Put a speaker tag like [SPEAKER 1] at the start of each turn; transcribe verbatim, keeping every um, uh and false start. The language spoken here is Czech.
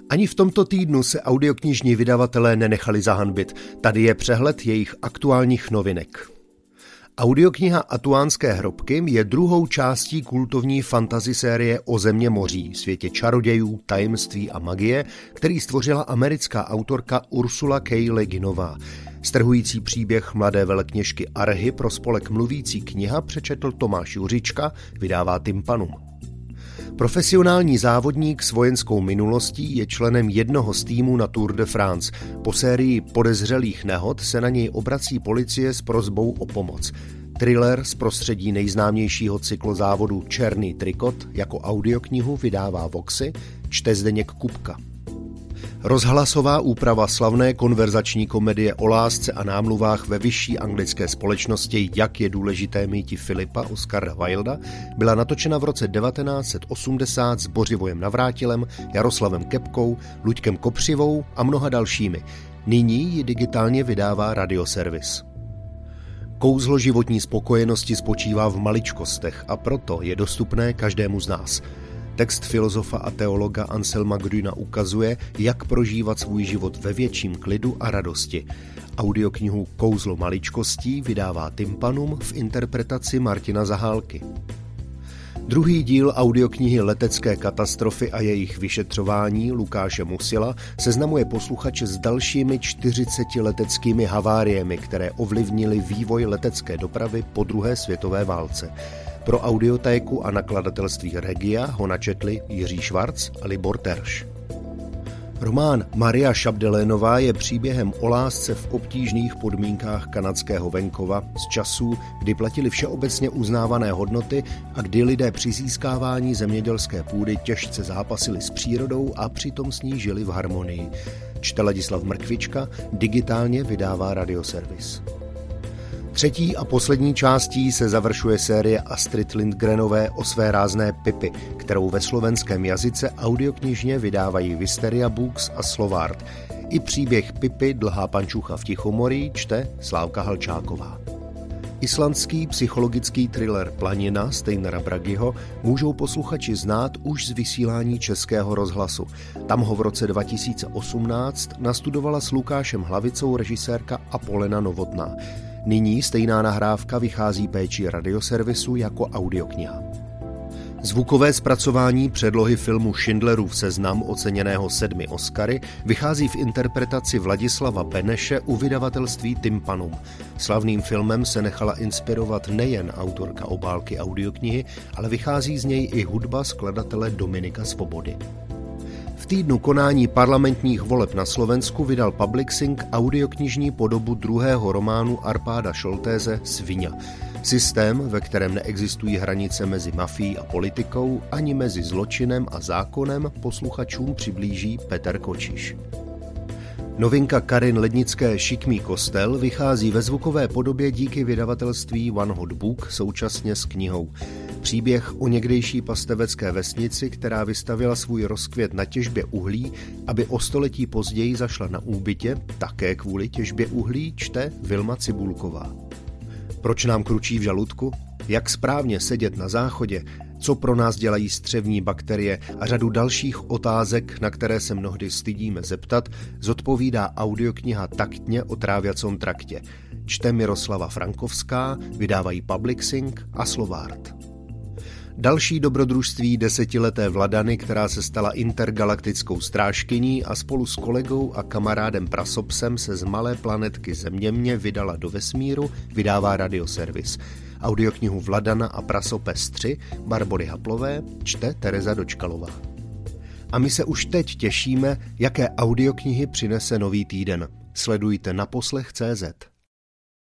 [SPEAKER 1] Ani v tomto týdnu se audioknižní vydavatelé nenechali zahanbit. Tady je přehled jejich aktuálních novinek. Audiokniha Atuánské hrobky je druhou částí kultovní fantasy série O země moří, světě čarodějů, tajemství a magie, který stvořila americká autorka Ursula K. Le Guinová. Strhující příběh mladé velekněžky Arhy pro spolek Mluvící kniha přečetl Tomáš Juřička, vydává Tympanum. Profesionální závodník s vojenskou minulostí je členem jednoho z týmů na Tour de France. Po sérii podezřelých nehod se na něj obrací policie s prosbou o pomoc. Thriller z prostředí nejznámějšího cyklozávodu Černý trikot jako audioknihu vydává Voxy, čte Zdeněk Kupka. Rozhlasová úprava slavné konverzační komedie o lásce a námluvách ve vyšší anglické společnosti Jak je důležité míti Filipa Oscara Wilda byla natočena v roce devatenáct set osmdesát s Bořivojem Navrátilem, Jaroslavem Kepkou, Luďkem Kopřivou a mnoha dalšími. Nyní ji digitálně vydává Radioservis. Kouzlo životní spokojenosti spočívá v maličkostech a proto je dostupné každému z nás. Text filozofa a teologa Anselma Grüna ukazuje, jak prožívat svůj život ve větším klidu a radosti. Audioknihu Kouzlo maličkostí vydává Tympanum v interpretaci Martina Zahálky. Druhý díl audioknihy Letecké katastrofy a jejich vyšetřování Lukáše Musila seznamuje posluchače s dalšími čtyřiceti leteckými haváriemi, které ovlivnily vývoj letecké dopravy po druhé světové válce. Pro audiotéku a nakladatelství Regia ho načetli Jiří Švarc a Libor Terš. Román Maria Šabdelénová je příběhem o lásce v obtížných podmínkách kanadského venkova z časů, kdy platily všeobecně uznávané hodnoty a kdy lidé při získávání zemědělské půdy těžce zápasili s přírodou a přitom s ní žili v harmonii. Čte Ladislav Mrkvička, digitálně vydává Radioservis. Třetí a poslední částí se završuje série Astrid Lindgrenové O své rázné Pipy, kterou ve slovenském jazyce audioknižně vydávají Wisteria Books a Slovart. I příběh Pipy Dlhá pančucha v Tichomoří čte Slávka Halčáková. Islandský psychologický thriller Planina Steinera Bragiho můžou posluchači znát už z vysílání Českého rozhlasu. Tam ho v roce dva tisíce osmnáct nastudovala s Lukášem Hlavicou režisérka Apolena Novotná. Nyní stejná nahrávka vychází péčí Radioservisu jako audiokniha. Zvukové zpracování předlohy filmu Schindlerův seznam oceněného sedmi Oscary vychází v interpretaci Vladislava Beneše u vydavatelství Tympanum. Slavným filmem se nechala inspirovat nejen autorka obálky audioknihy, ale vychází z něj i hudba skladatele Dominika Svobody. V týdnu konání parlamentních voleb na Slovensku vydal Publixing audioknižní podobu druhého románu Arpáda Šoltéze Sviňa. Systém, ve kterém neexistují hranice mezi mafií a politikou, ani mezi zločinem a zákonem, posluchačům přiblíží Petr Kočiš. Novinka Karin Lednické Šikmý kostel vychází ve zvukové podobě díky vydavatelství One Hot Book současně s knihou. Příběh o někdejší pastevecké vesnici, která vystavila svůj rozkvět na těžbě uhlí, aby o století později zašla na úbytě, také kvůli těžbě uhlí, čte Vilma Cibulková. Proč nám kručí v žaludku? Jak správně sedět na záchodě? Co pro nás dělají střevní bakterie a řadu dalších otázek, na které se mnohdy stydíme zeptat, zodpovídá audiokniha Taktně o tráviacom traktě. Čte Miroslava Frankovská, vydávají Publixing a Slovart. Další dobrodružství desetileté Vladany, která se stala intergalaktickou strážkyní a spolu s kolegou a kamarádem Prasopsem se z malé planetky Zeměmě vydala do vesmíru, vydává Radioservis. Audioknihu Vladana a Prasopes tři Barbory Haplové čte Tereza Dočkalová. A my se už teď těšíme, jaké audioknihy přinese nový týden. Sledujte naposlech tečka cé zet.